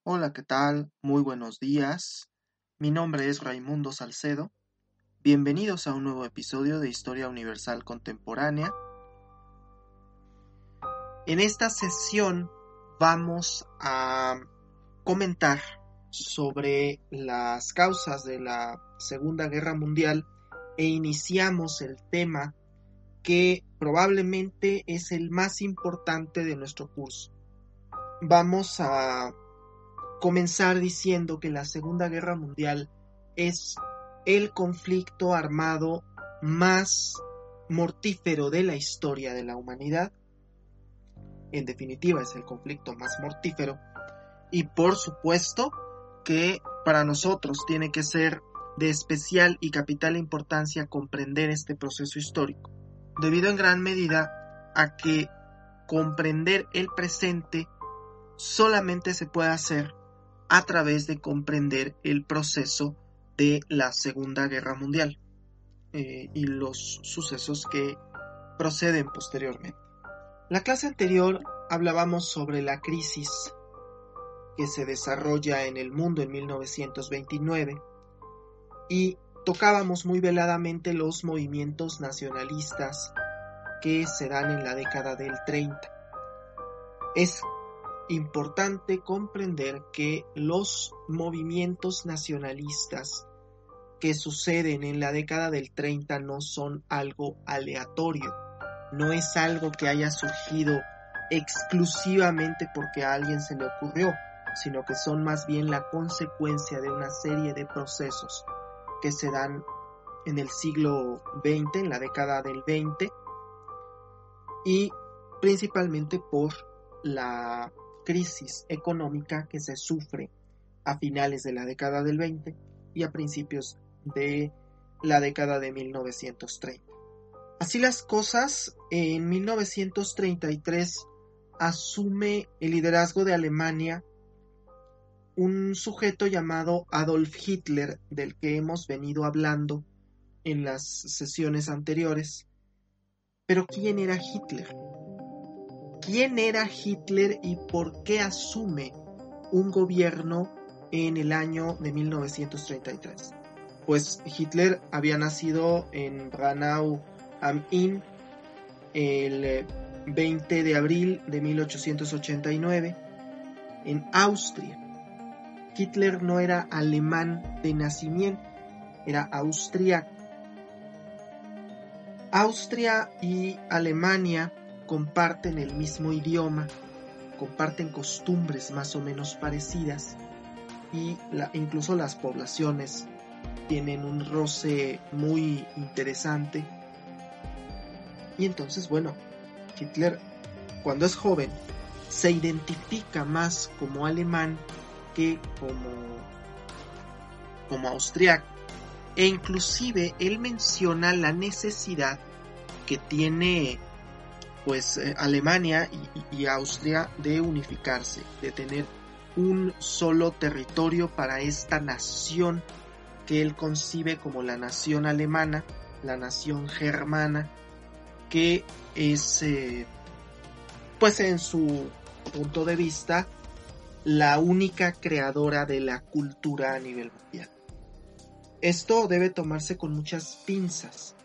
Hola, ¿qué tal? Muy buenos días. Mi nombre es Raimundo Salcedo. Bienvenidos a un nuevo episodio de Historia Universal Contemporánea. En esta sesión vamos a comentar sobre las causas de la Segunda Guerra Mundial e iniciamos el tema que probablemente es el más importante de nuestro curso. Vamos a comenzar diciendo que la Segunda Guerra Mundial es el conflicto armado más mortífero de la historia de la humanidad. En definitiva, es el conflicto más mortífero. Y por supuesto que para nosotros tiene que ser de especial y capital importancia comprender este proceso histórico, debido en gran medida a que comprender el presente solamente se puede hacer a través de comprender el proceso de la Segunda Guerra Mundial y los sucesos que proceden posteriormente. La clase anterior hablábamos sobre la crisis que se desarrolla en el mundo en 1929 y tocábamos muy veladamente los movimientos nacionalistas que se dan en la década del 30. Es importante comprender que los movimientos nacionalistas que suceden en la década del 30 no son algo aleatorio, no es algo que haya surgido exclusivamente porque a alguien se le ocurrió, sino que son más bien la consecuencia de una serie de procesos que se dan en el siglo XX, en la década del 20, y principalmente por la crisis económica que se sufre a finales de la década del 20 y a principios de la década de 1930. Así las cosas, en 1933 asume el liderazgo de Alemania un sujeto llamado Adolf Hitler, del que hemos venido hablando en las sesiones anteriores. Pero ¿quién era Hitler? ¿Quién era Hitler y por qué asume un gobierno en el año de 1933? Pues Hitler había nacido en Braunau am Inn el 20 de abril de 1889 en Austria. Hitler no era alemán de nacimiento, era austríaco. Austria y Alemania comparten el mismo idioma, comparten costumbres más o menos parecidas y incluso las poblaciones tienen un roce muy interesante. Y entonces, Hitler, cuando es joven, se identifica más como alemán que como austriaco. E inclusive él menciona la necesidad que tiene Alemania y Austria de unificarse, de tener un solo territorio para esta nación que él concibe como la nación alemana, la nación germana, que es, en su punto de vista, la única creadora de la cultura a nivel mundial. Esto debe tomarse con muchas pinzas.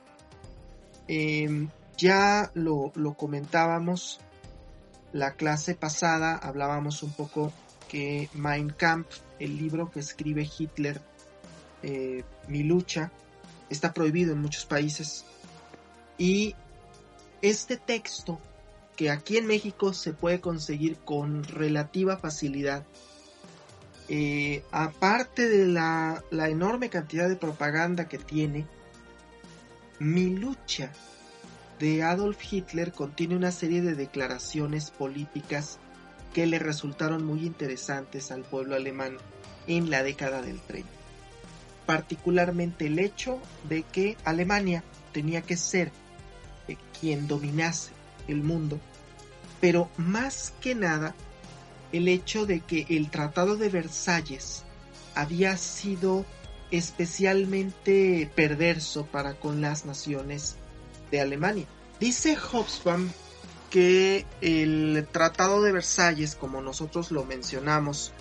Ya lo comentábamos la clase pasada, hablábamos un poco que Mein Kampf, el libro que escribe Hitler, Mi lucha, está prohibido en muchos países. Y este texto, que aquí en México se puede conseguir con relativa facilidad, aparte de la enorme cantidad de propaganda que tiene, Mi lucha de Adolf Hitler contiene una serie de declaraciones políticas que le resultaron muy interesantes al pueblo alemán en la década del 30. Particularmente el hecho de que Alemania tenía que ser quien dominase el mundo, pero más que nada el hecho de que el Tratado de Versalles había sido especialmente perverso para con las naciones de Alemania. Dice Hobsbawm que el Tratado de Versalles, como nosotros lo mencionamos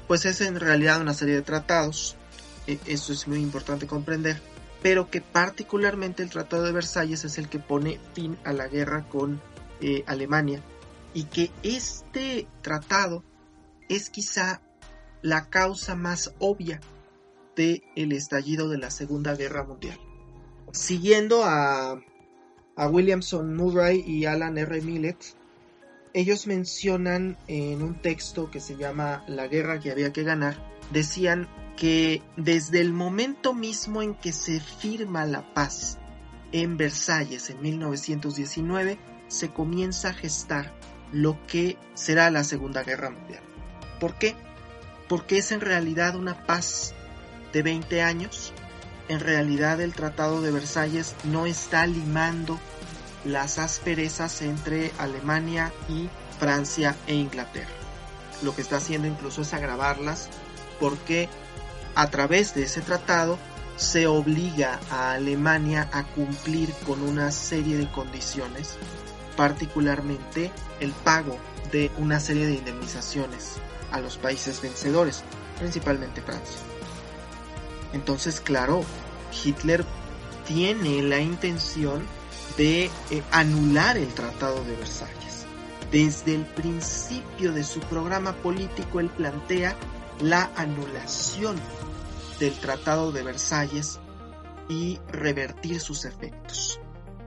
pues es en realidad una serie de tratados, eso es muy importante comprender, pero que particularmente el Tratado de Versalles es el que pone fin a la guerra con Alemania, y que este tratado es quizá la causa más obvia del estallido de la Segunda Guerra Mundial. Siguiendo a Williamson Murray y Alan R. Millett, ellos mencionan en un texto que se llama La guerra que había que ganar, decían que desde el momento mismo en que se firma la paz en Versalles en 1919, se comienza a gestar lo que será la Segunda Guerra Mundial. ¿Por qué? Porque es en realidad una paz de 20 años. En realidad el Tratado de Versalles no está limando las asperezas entre Alemania y Francia e Inglaterra. Lo que está haciendo incluso es agravarlas, porque a través de ese tratado se obliga a Alemania a cumplir con una serie de condiciones, particularmente el pago de una serie de indemnizaciones a los países vencedores, principalmente Francia. Entonces, claro, Hitler tiene la intención de anular el Tratado de Versalles. Desde el principio de su programa político, él plantea la anulación del Tratado de Versalles y revertir sus efectos.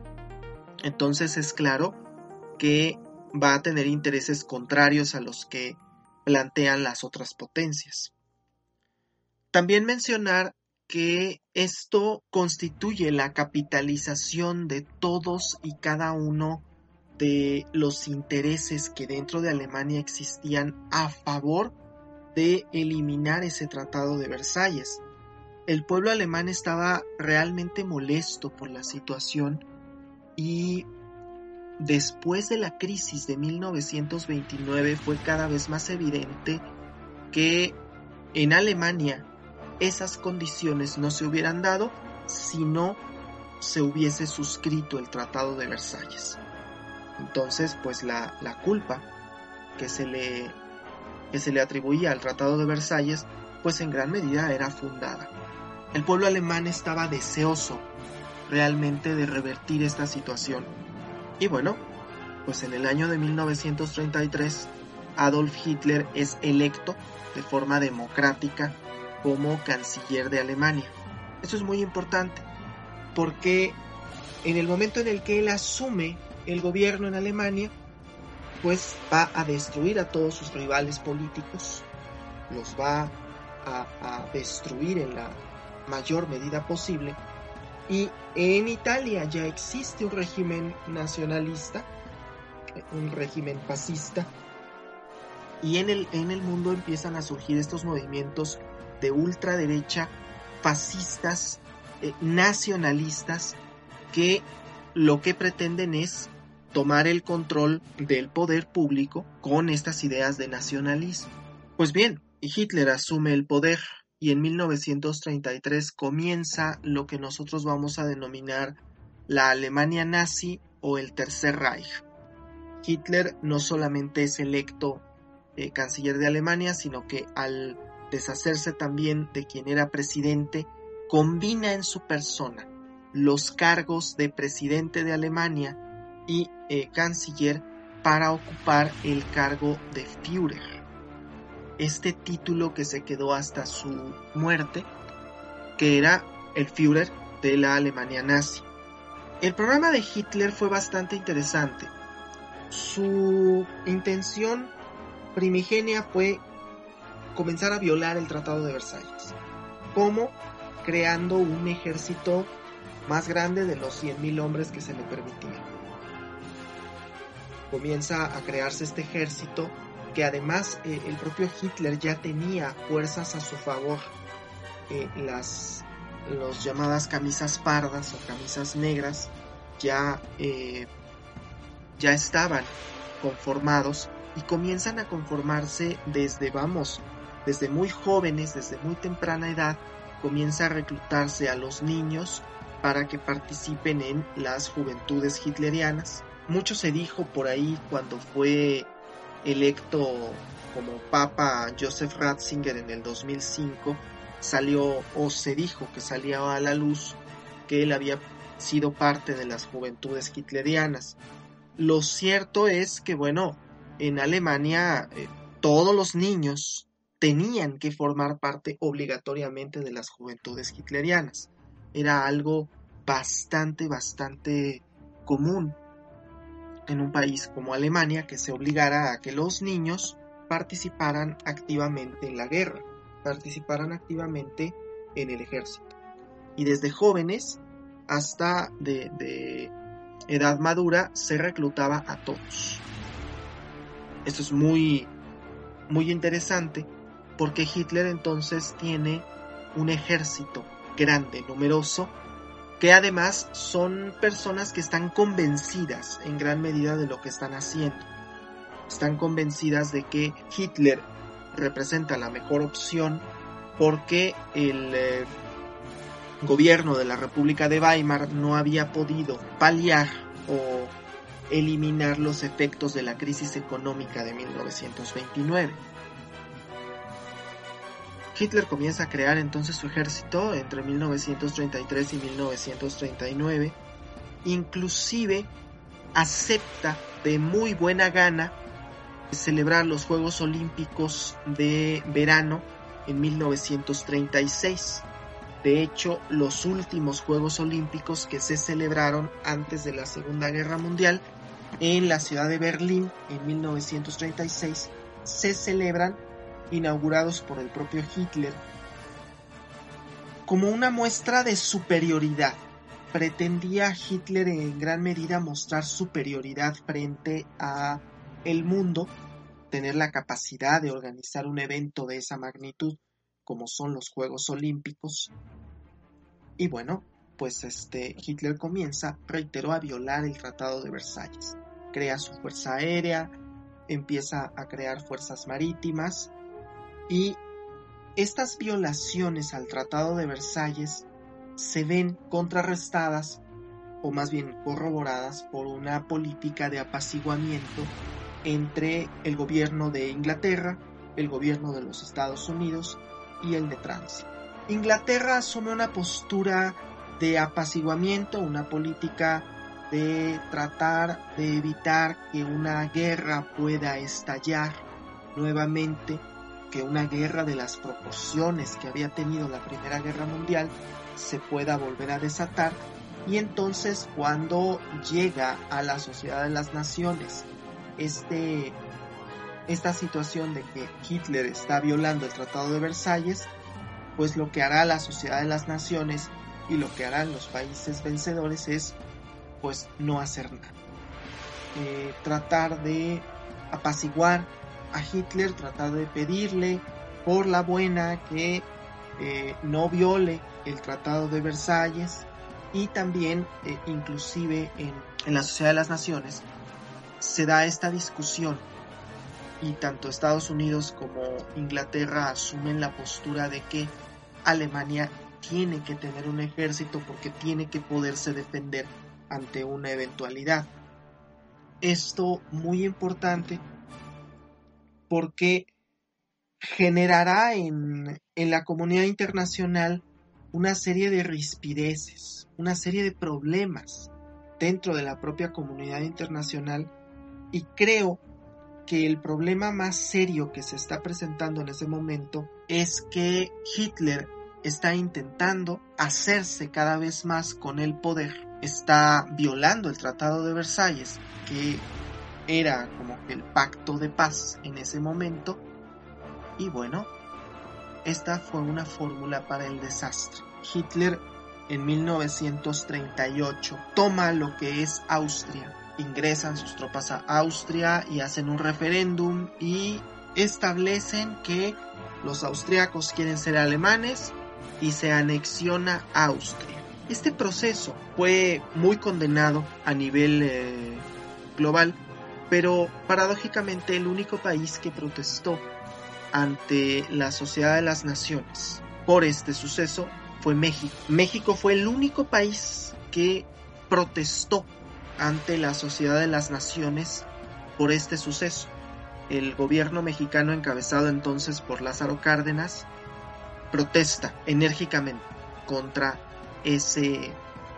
Entonces es claro que va a tener intereses contrarios a los que plantean las otras potencias. También mencionar que esto constituye la capitalización de todos y cada uno de los intereses que dentro de Alemania existían a favor de eliminar ese Tratado de Versalles. El pueblo alemán estaba realmente molesto por la situación, y después de la crisis de 1929 fue cada vez más evidente que en Alemania esas condiciones no se hubieran dado si no se hubiese suscrito el Tratado de Versalles. Entonces, pues la culpa que se le atribuía al Tratado de Versalles, pues en gran medida era fundada. El pueblo alemán estaba deseoso realmente de revertir esta situación. Y bueno, pues en el año de 1933 Adolf Hitler es electo de forma democrática como canciller de Alemania. Esto es muy importante porque en el momento en el que él asume el gobierno en Alemania, pues va a destruir a todos sus rivales políticos, los va a destruir en la mayor medida posible. Y en Italia ya existe un régimen nacionalista, un régimen fascista, y en el mundo empiezan a surgir estos movimientos de ultraderecha, fascistas, nacionalistas, que lo que pretenden es tomar el control del poder público con estas ideas de nacionalismo. Pues bien, Hitler asume el poder y en 1933 comienza lo que nosotros vamos a denominar la Alemania nazi o el Tercer Reich. Hitler no solamente es electo canciller de Alemania, sino que al deshacerse también de quien era presidente, combina en su persona los cargos de presidente de Alemania y canciller para ocupar el cargo de Führer. Este título que se quedó hasta su muerte, que era el Führer de la Alemania nazi. El programa de Hitler fue bastante interesante. Su intención primigenia fue comenzar a violar el Tratado de Versalles. ¿Cómo? Creando un ejército más grande de los 100,000 hombres que se le permitían. Comienza a crearse este ejército que además el propio Hitler ya tenía fuerzas a su favor. Las llamadas camisas pardas o camisas negras ya estaban conformados y comienzan a conformarse desde muy jóvenes, desde muy temprana edad. Comienza a reclutarse a los niños para que participen en las juventudes hitlerianas. Mucho se dijo por ahí cuando fue electo como Papa Joseph Ratzinger en el 2005, salió o se dijo que salía a la luz que él había sido parte de las juventudes hitlerianas. Lo cierto es que, bueno, en Alemania todos los niños tenían que formar parte obligatoriamente de las juventudes hitlerianas. Era algo bastante común en un país como Alemania, que se obligara a que los niños participaran activamente en la guerra, participaran activamente en el ejército. Y desde jóvenes hasta de edad madura se reclutaba a todos. Esto es muy interesante, porque Hitler entonces tiene un ejército grande, numeroso, que además son personas que están convencidas en gran medida de lo que están haciendo. Están convencidas de que Hitler representa la mejor opción porque el gobierno de la República de Weimar no había podido paliar o eliminar los efectos de la crisis económica de 1929. Hitler comienza a crear entonces su ejército entre 1933 y 1939, inclusive acepta de muy buena gana celebrar los Juegos Olímpicos de verano en 1936. De hecho, los últimos Juegos Olímpicos que se celebraron antes de la Segunda Guerra Mundial en la ciudad de Berlín en 1936 se celebran inaugurados por el propio Hitler como una muestra de superioridad. Pretendía Hitler en gran medida mostrar superioridad frente a el mundo, tener la capacidad de organizar un evento de esa magnitud como son los Juegos Olímpicos. Y bueno, pues Hitler comienza, reiteró, a violar el Tratado de Versalles. Crea su fuerza aérea, empieza a crear fuerzas marítimas, y estas violaciones al Tratado de Versalles se ven contrarrestadas, o más bien corroboradas, por una política de apaciguamiento entre el gobierno de Inglaterra, el gobierno de los Estados Unidos y el de Francia. Inglaterra asume una postura de apaciguamiento, una política de tratar de evitar que una guerra pueda estallar nuevamente, que una guerra de las proporciones que había tenido la Primera Guerra Mundial se pueda volver a desatar. Y entonces, cuando llega a la Sociedad de las Naciones esta situación de que Hitler está violando el Tratado de Versalles, pues lo que hará la Sociedad de las Naciones y lo que harán los países vencedores es pues no hacer nada. Tratar de apaciguar a Hitler, tratar de pedirle por la buena que no viole el Tratado de Versalles, y también inclusive en la Sociedad de las Naciones se da esta discusión y tanto Estados Unidos como Inglaterra asumen la postura de que Alemania tiene que tener un ejército porque tiene que poderse defender ante una eventualidad. Esto muy importante porque generará en la comunidad internacional una serie de rispideces, una serie de problemas dentro de la propia comunidad internacional, y creo que el problema más serio que se está presentando en ese momento es que Hitler está intentando hacerse cada vez más con el poder, está violando el Tratado de Versalles, que era como que el pacto de paz en ese momento, y bueno, esta fue una fórmula para el desastre. Hitler en 1938 toma lo que es Austria, ingresan sus tropas a Austria y hacen un referéndum y establecen que los austriacos quieren ser alemanes y se anexiona a Austria. Este proceso fue muy condenado a nivel global, pero paradójicamente el único país que protestó ante la Sociedad de las Naciones por este suceso fue México. México fue el único país que protestó ante la Sociedad de las Naciones por este suceso. el gobierno mexicano, encabezado entonces por Lázaro Cárdenas, protesta enérgicamente contra ese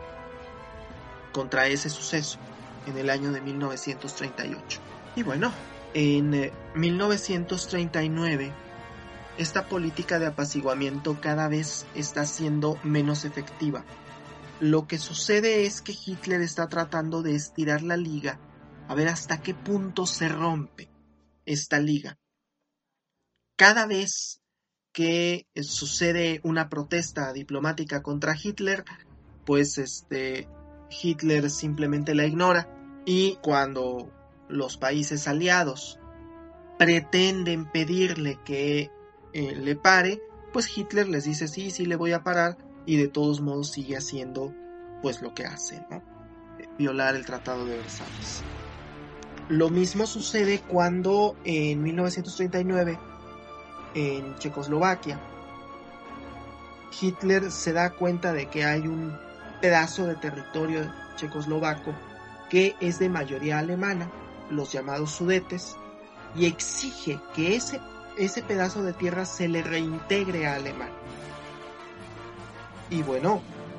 suceso en el año de 1938. Y bueno, en 1939 esta política de apaciguamiento cada vez está siendo menos efectiva. Lo que sucede es que Hitler está tratando de estirar la liga a ver hasta qué punto se rompe esta liga. Cada vez que sucede una protesta diplomática contra Hitler, pues Hitler simplemente la ignora, y cuando los países aliados pretenden pedirle que le pare, pues Hitler les dice sí le voy a parar, y de todos modos sigue haciendo pues lo que hace, ¿no? Violar el Tratado de Versalles. Lo mismo sucede cuando en 1939 en Checoslovaquia Hitler se da cuenta de que hay un pedazo de territorio checoslovaco que es de mayoría alemana, los llamados Sudetes, y exige que ese pedazo de tierra se le reintegre a Alemania. Y bueno,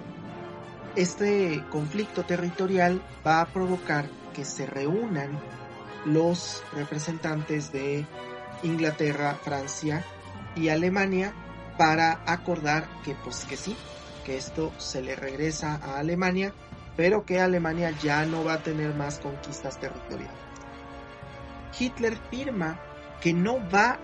este conflicto territorial va a provocar que se reúnan los representantes de Inglaterra, Francia y Alemania para acordar que sí, que esto se le regresa a Alemania, pero que Alemania ya no va a tener más conquistas territoriales. Hitler firma que no va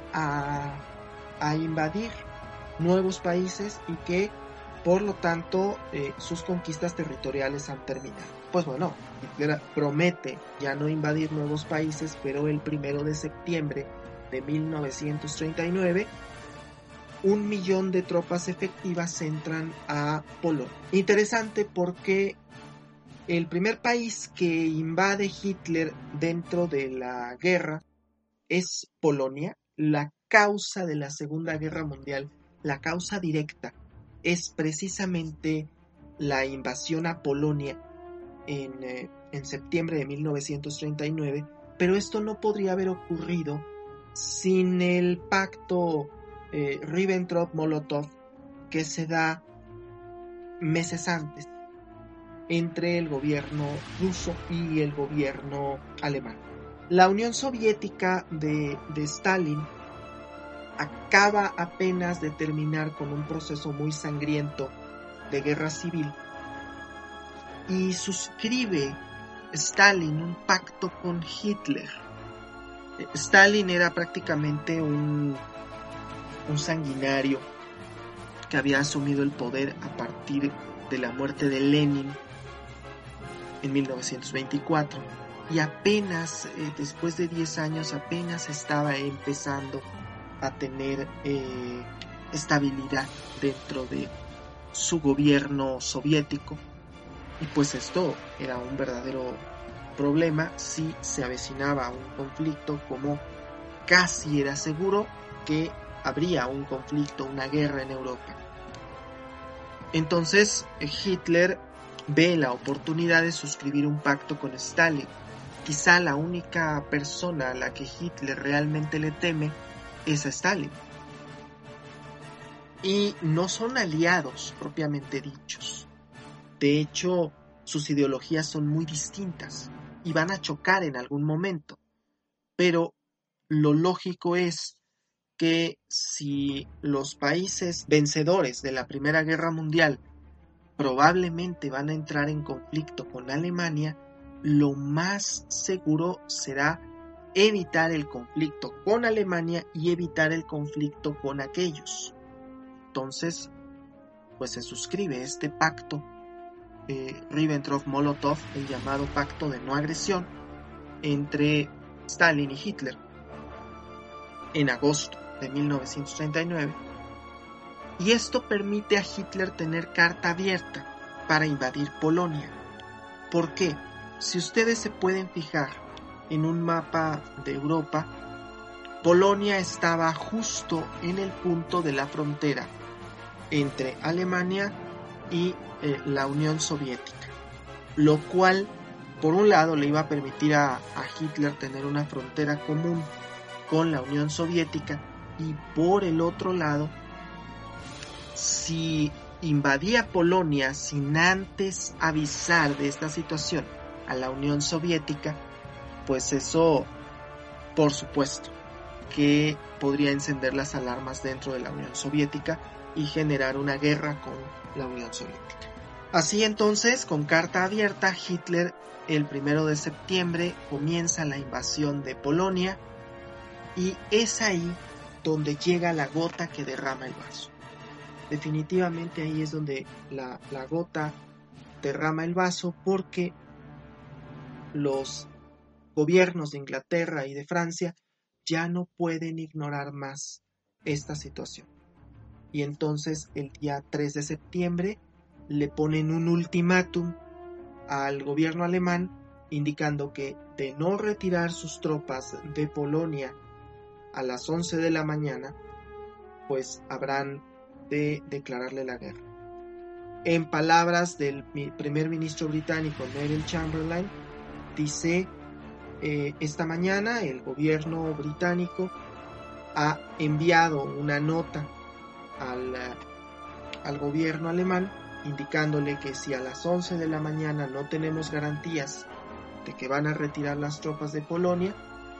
a invadir nuevos países y que por lo tanto sus conquistas territoriales han terminado. Pues bueno, Hitler promete ya no invadir nuevos países, pero el 1 de septiembre de 1939 1.000.000 de tropas efectivas entran a Polonia. Interesante porque el primer país que invade Hitler dentro de la guerra es Polonia. La causa de la Segunda Guerra Mundial, la causa directa, es precisamente la invasión a Polonia en septiembre de 1939, pero esto no podría haber ocurrido sin el pacto Ribbentrop-Molotov que se da meses antes entre el gobierno ruso y el gobierno alemán. La Unión Soviética de Stalin acaba apenas de terminar con un proceso muy sangriento de guerra civil y suscribe Stalin un pacto con Hitler. Stalin era prácticamente un sanguinario que había asumido el poder a partir de la muerte de Lenin en 1924 y apenas después de 10 años apenas estaba empezando a tener estabilidad dentro de su gobierno soviético, y pues esto era un verdadero problema si se avecinaba un conflicto, como casi era seguro que habría un conflicto, una guerra en Europa. Entonces Hitler ve la oportunidad de suscribir un pacto con Stalin. Quizá la única persona a la que Hitler realmente le teme es a Stalin. Y no son aliados propiamente dichos. De hecho, sus ideologías son muy distintas y van a chocar en algún momento. Pero lo lógico es que si los países vencedores de la Primera Guerra Mundial probablemente van a entrar en conflicto con Alemania, lo más seguro será evitar el conflicto con Alemania y evitar el conflicto con aquellos. Entonces, pues se suscribe este pacto Ribbentrop-Molotov, el llamado pacto de no agresión, entre Stalin y Hitler en agosto de 1939, y esto permite a Hitler tener carta abierta para invadir Polonia. ¿Por qué? Si ustedes se pueden fijar en un mapa de Europa, Polonia estaba justo en el punto de la frontera entre Alemania y la Unión Soviética, lo cual por un lado le iba a permitir a Hitler tener una frontera común con la Unión Soviética, y por el otro lado, si invadía Polonia sin antes avisar de esta situación a la Unión Soviética, pues eso, por supuesto, que podría encender las alarmas dentro de la Unión Soviética y generar una guerra con la Unión Soviética. Así entonces, con carta abierta, Hitler el 1 de septiembre comienza la invasión de Polonia, y es ahí donde llega la gota que derrama el vaso. Definitivamente ahí es donde la gota derrama el vaso, porque los gobiernos de Inglaterra y de Francia ya no pueden ignorar más esta situación. Y entonces el día 3 de septiembre le ponen un ultimátum al gobierno alemán, indicando que de no retirar sus tropas de Polonia a las 11 de la mañana, pues habrán de declararle la guerra. En palabras del primer ministro británico Neville Chamberlain, dice: esta mañana el gobierno británico ha enviado una nota al gobierno alemán, indicándole que si a las 11 de la mañana no tenemos garantías de que van a retirar las tropas de Polonia,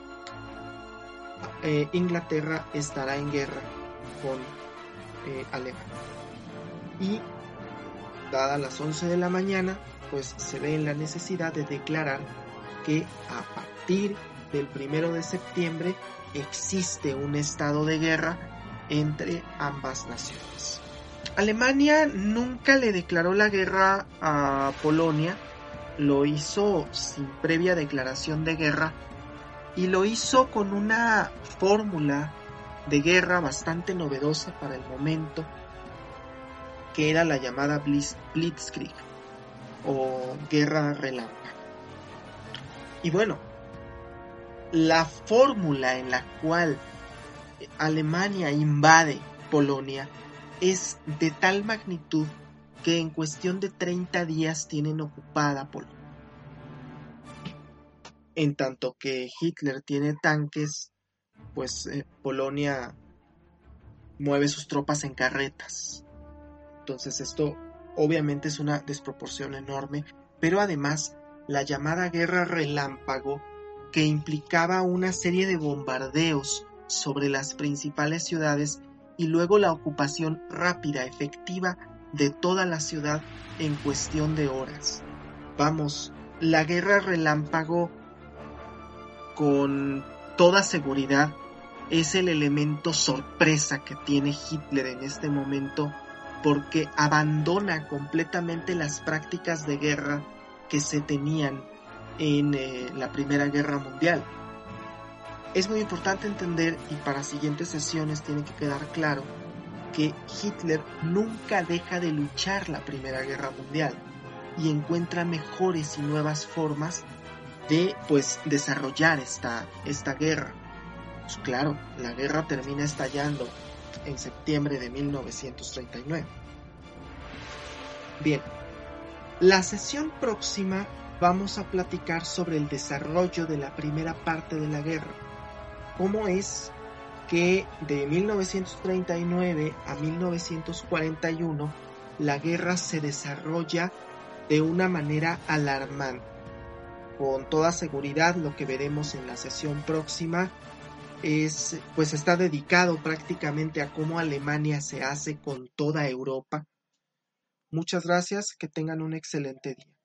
Inglaterra estará en guerra con Alemania. Y dadas las 11 de la mañana, pues se ve en la necesidad de declarar que a partir del 1 de septiembre existe un estado de guerra entre ambas naciones. Alemania nunca le declaró la guerra a Polonia, lo hizo sin previa declaración de guerra, y lo hizo con una fórmula de guerra bastante novedosa para el momento, que era la llamada Blitzkrieg o guerra relámpago. Y bueno, la fórmula en la cual Alemania invade Polonia es de tal magnitud que en cuestión de 30 días tienen ocupada Polonia. En tanto que Hitler tiene tanques, pues Polonia mueve sus tropas en carretas. Entonces esto obviamente es una desproporción enorme, pero además la llamada guerra relámpago, que implicaba una serie de bombardeos sobre las principales ciudades y luego la ocupación rápida, efectiva de toda la ciudad en cuestión de horas. Vamos, la guerra relámpago con toda seguridad es el elemento sorpresa que tiene Hitler en este momento, porque abandona completamente las prácticas de guerra que se tenían en la Primera Guerra Mundial. Es muy importante entender, y para siguientes sesiones tiene que quedar claro, que Hitler nunca deja de luchar la Primera Guerra Mundial y encuentra mejores y nuevas formas de desarrollar esta guerra. Pues claro, la guerra termina estallando en septiembre de 1939. Bien, la sesión próxima vamos a platicar sobre el desarrollo de la primera parte de la guerra. Cómo es que de 1939 a 1941 la guerra se desarrolla de una manera alarmante. Con toda seguridad lo que veremos en la sesión próxima está dedicado prácticamente a cómo Alemania se hace con toda Europa. Muchas gracias, que tengan un excelente día.